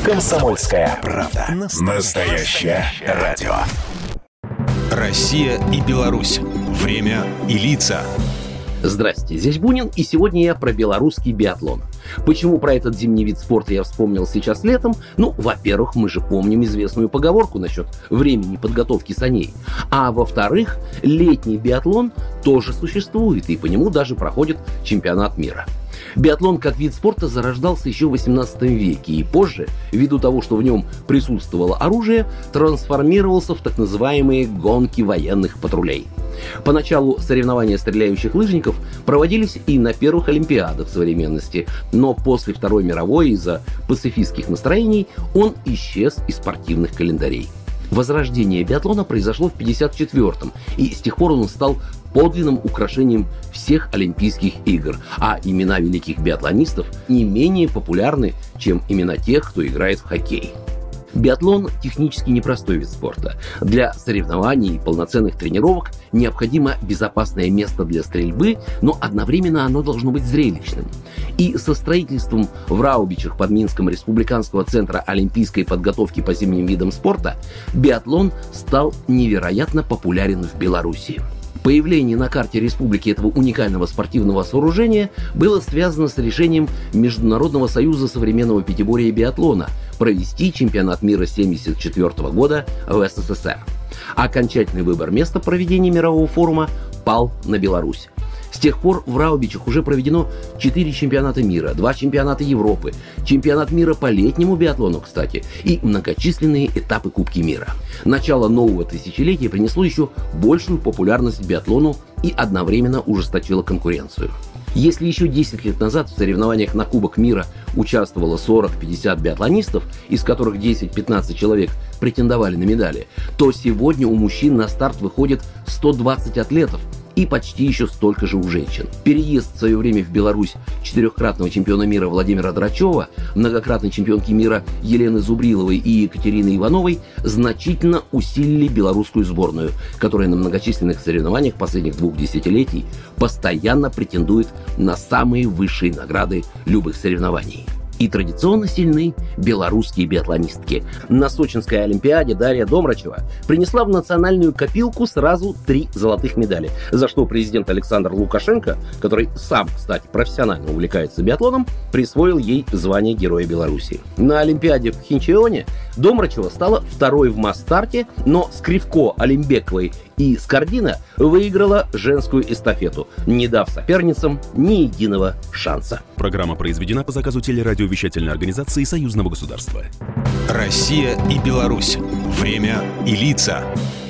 «Комсомольская правда». Настоящее радио. Россия и Беларусь. Время и лица. Здрасте, здесь Бунин, и сегодня я про белорусский биатлон. Почему про этот зимний вид спорта я вспомнил сейчас летом? Ну, во-первых, мы же помним известную поговорку насчет времени подготовки саней. А во-вторых, летний биатлон тоже существует, и по нему даже проходит чемпионат мира. Биатлон как вид спорта зарождался еще в 18 веке и позже, ввиду того, что в нем присутствовало оружие, трансформировался в так называемые гонки военных патрулей. Поначалу соревнования стреляющих лыжников проводились и на первых Олимпиадах современности, но после Второй мировой из-за пацифистских настроений он исчез из спортивных календарей. Возрождение биатлона произошло в 1954-м, и с тех пор он стал подлинным украшением всех Олимпийских игр, а имена великих биатлонистов не менее популярны, чем имена тех, кто играет в хоккей. Биатлон – технически непростой вид спорта. Для соревнований и полноценных тренировок необходимо безопасное место для стрельбы, но одновременно оно должно быть зрелищным. И со строительством в Раубичах под Минском Республиканского центра олимпийской подготовки по зимним видам спорта биатлон стал невероятно популярен в Беларуси. Появление на карте республики этого уникального спортивного сооружения было связано с решением Международного союза современного пятиборья и биатлона провести чемпионат мира 1974 года в СССР. Окончательный выбор места проведения мирового форума пал на Беларусь. С тех пор в Раубичах уже проведено 4 чемпионата мира, 2 чемпионата Европы, чемпионат мира по летнему биатлону, кстати, и многочисленные этапы Кубки мира. Начало нового тысячелетия принесло еще большую популярность биатлону и одновременно ужесточило конкуренцию. Если еще 10 лет назад в соревнованиях на Кубок мира участвовало 40-50 биатлонистов, из которых 10-15 человек претендовали на медали, то сегодня у мужчин на старт выходит 120 атлетов, и почти еще столько же у женщин. Переезд в свое время в Беларусь 4-кратного чемпиона мира Владимира Драчева, многократной чемпионки мира Елены Зубриловой и Екатерины Ивановой значительно усилили белорусскую сборную, которая на многочисленных соревнованиях последних 2 десятилетий постоянно претендует на самые высшие награды любых соревнований. И традиционно сильны белорусские биатлонистки. На Сочинской Олимпиаде Дарья Домрачева принесла в национальную копилку сразу 3 золотых медали, за что президент Александр Лукашенко, который сам, кстати, профессионально увлекается биатлоном, присвоил ей звание Героя Беларуси. На Олимпиаде в Пхенчхане Домрачева стала 2-й в масс-старте, но Скривко, Алимбековой и Скордина выиграла женскую эстафету, не дав соперницам ни единого шанса. Программа произведена по заказу телерадиовещательной организации Союзного государства. Россия и Беларусь. Время и лица.